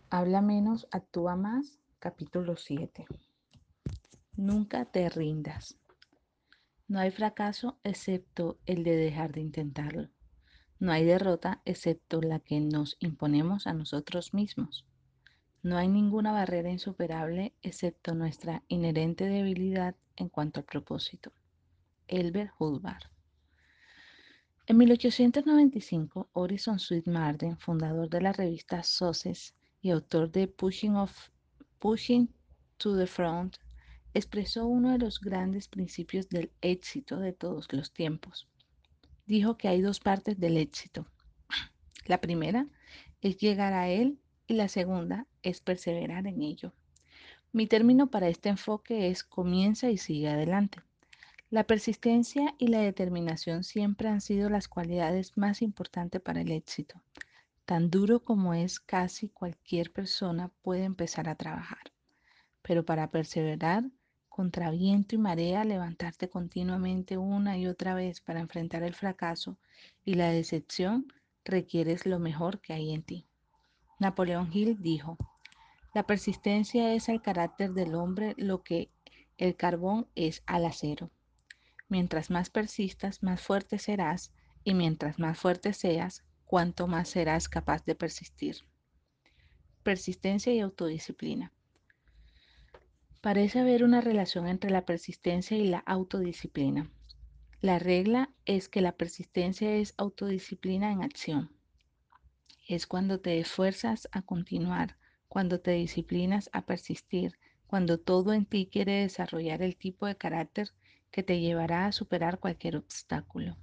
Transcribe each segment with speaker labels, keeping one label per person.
Speaker 1: Habla menos, actúa más. Capítulo 7. Nunca te rindas. No hay fracaso excepto el de dejar de intentarlo. No hay derrota excepto la que nos imponemos a nosotros mismos. No hay ninguna barrera insuperable excepto nuestra inherente debilidad en cuanto al propósito. Elbert Hubbard. En 1895, Horace Sweet Marden, fundador de la revista Success y autor de Pushing to the Front, expresó uno de los grandes principios del éxito de todos los tiempos. Dijo que hay dos partes del éxito. La primera es llegar a él y la segunda es perseverar en ello. Mi término para este enfoque es comienza y sigue adelante. La persistencia y la determinación siempre han sido las cualidades más importantes para el éxito. Tan duro como es, casi cualquier persona puede empezar a trabajar. Pero para perseverar, contra viento y marea, levantarte continuamente una y otra vez para enfrentar el fracaso y la decepción, requieres lo mejor que hay en ti. Napoleón Hill dijo, la persistencia es al carácter del hombre lo que el carbón es al acero. Mientras más persistas, más fuerte serás, y mientras más fuerte seas, cuanto más serás capaz de persistir. Persistencia y autodisciplina. Parece haber una relación entre la persistencia y la autodisciplina. La regla es que la persistencia es autodisciplina en acción. Es cuando te esfuerzas a continuar, cuando te disciplinas a persistir, cuando todo en ti quiere desarrollar el tipo de carácter que te llevará a superar cualquier obstáculo.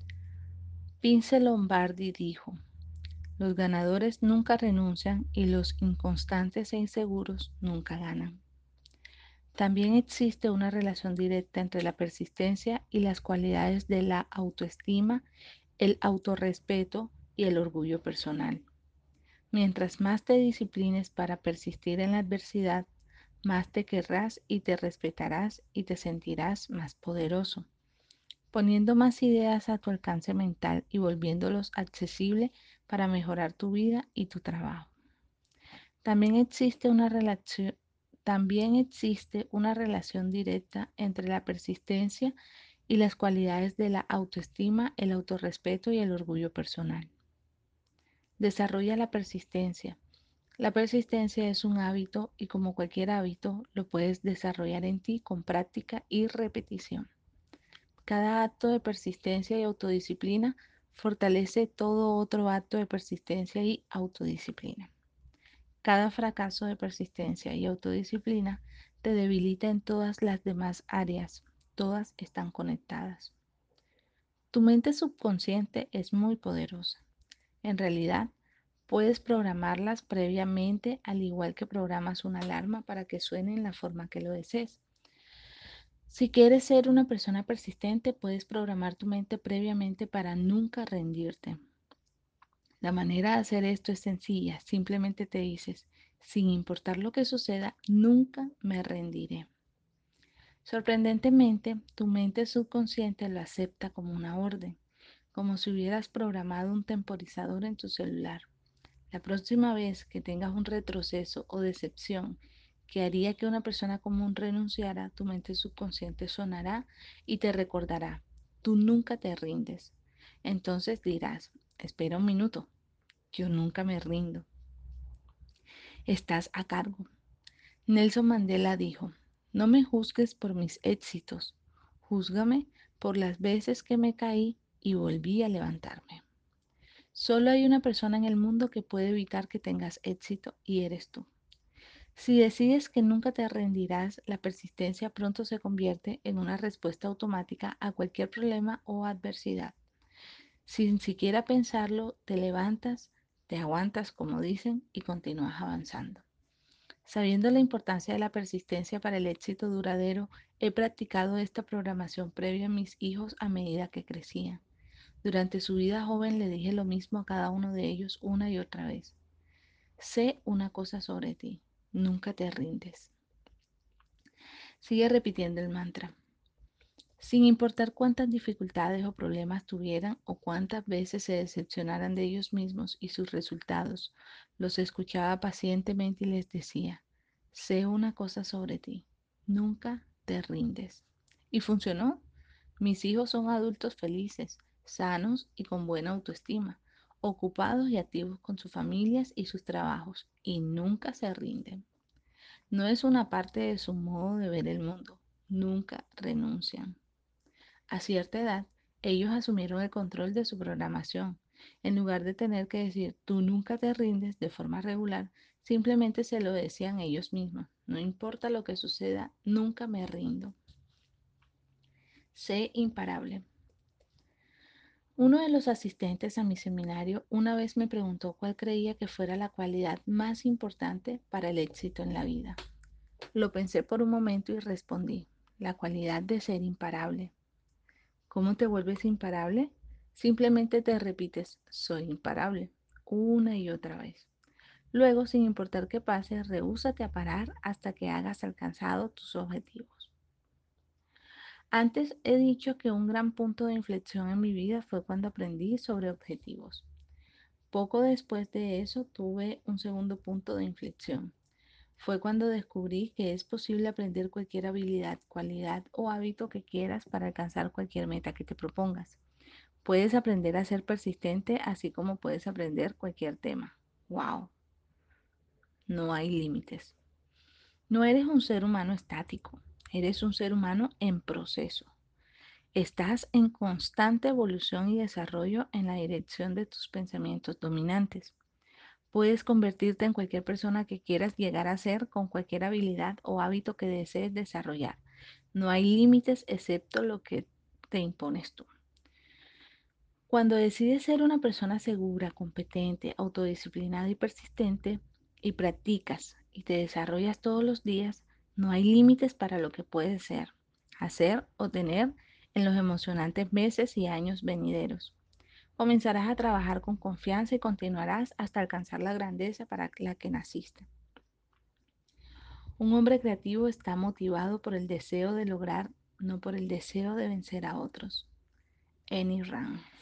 Speaker 1: Vince Lombardi dijo, los ganadores nunca renuncian y los inconstantes e inseguros nunca ganan. También existe una relación directa entre la persistencia y las cualidades de la autoestima, el autorrespeto y el orgullo personal. Mientras más te disciplines para persistir en la adversidad, más te querrás y te respetarás y te sentirás más poderoso, poniendo más ideas a tu alcance mental y volviéndolos accesibles para mejorar tu vida y tu trabajo. También existe una relación, también existe una relación directa entre la persistencia y las cualidades de la autoestima, el autorrespeto y el orgullo personal. Desarrolla la persistencia. La persistencia es un hábito y como cualquier hábito lo puedes desarrollar en ti con práctica y repetición. Cada acto de persistencia y autodisciplina fortalece todo otro acto de persistencia y autodisciplina. Cada fracaso de persistencia y autodisciplina te debilita en todas las demás áreas. Todas están conectadas. Tu mente subconsciente es muy poderosa. En realidad, puedes programarlas previamente al igual que programas una alarma para que suene en la forma que lo desees. Si quieres ser una persona persistente, puedes programar tu mente previamente para nunca rendirte. La manera de hacer esto es sencilla. Simplemente te dices, sin importar lo que suceda, nunca me rendiré. Sorprendentemente, tu mente subconsciente lo acepta como una orden, como si hubieras programado un temporizador en tu celular. La próxima vez que tengas un retroceso o decepción que haría que una persona común renunciara, tu mente subconsciente sonará y te recordará, tú nunca te rindes. Entonces dirás, espera un minuto, yo nunca me rindo. Estás a cargo. Nelson Mandela dijo, no me juzgues por mis éxitos, júzgame por las veces que me caí y volví a levantarme. Solo hay una persona en el mundo que puede evitar que tengas éxito y eres tú. Si decides que nunca te rendirás, la persistencia pronto se convierte en una respuesta automática a cualquier problema o adversidad. Sin siquiera pensarlo, te levantas, te aguantas, como dicen, y continúas avanzando. Sabiendo la importancia de la persistencia para el éxito duradero, he practicado esta programación previa a mis hijos a medida que crecían. Durante su vida joven le dije lo mismo a cada uno de ellos una y otra vez. Sé una cosa sobre ti, nunca te rindes. Sigue repitiendo el mantra. Sin importar cuántas dificultades o problemas tuvieran o cuántas veces se decepcionaran de ellos mismos y sus resultados, los escuchaba pacientemente y les decía, sé una cosa sobre ti, nunca te rindes. Y funcionó. Mis hijos son adultos felices, sanos y con buena autoestima, ocupados y activos con sus familias y sus trabajos, y nunca se rinden. No es una parte de su modo de ver el mundo, nunca renuncian. A cierta edad, ellos asumieron el control de su programación. En lugar de tener que decir tú nunca te rindes de forma regular, simplemente se lo decían ellos mismos. No importa lo que suceda, nunca me rindo. Sé imparable. Uno de los asistentes a mi seminario una vez me preguntó cuál creía que fuera la cualidad más importante para el éxito en la vida. Lo pensé por un momento y respondí, la cualidad de ser imparable. ¿Cómo te vuelves imparable? Simplemente te repites, soy imparable, una y otra vez. Luego, sin importar qué pase, rehúsate a parar hasta que hagas alcanzado tus objetivos. Antes he dicho que un gran punto de inflexión en mi vida fue cuando aprendí sobre objetivos. Poco después de eso tuve un segundo punto de inflexión. Fue cuando descubrí que es posible aprender cualquier habilidad, cualidad o hábito que quieras para alcanzar cualquier meta que te propongas. Puedes aprender a ser persistente así como puedes aprender cualquier tema. ¡Wow! No hay límites. No eres un ser humano estático, eres un ser humano en proceso. Estás en constante evolución y desarrollo en la dirección de tus pensamientos dominantes. Puedes convertirte en cualquier persona que quieras llegar a ser con cualquier habilidad o hábito que desees desarrollar. No hay límites excepto lo que te impones tú. Cuando decides ser una persona segura, competente, autodisciplinada y persistente y practicas y te desarrollas todos los días, no hay límites para lo que puedes ser, hacer o tener en los emocionantes meses y años venideros. Comenzarás a trabajar con confianza y continuarás hasta alcanzar la grandeza para la que naciste. Un hombre creativo está motivado por el deseo de lograr, no por el deseo de vencer a otros. Annie Rand.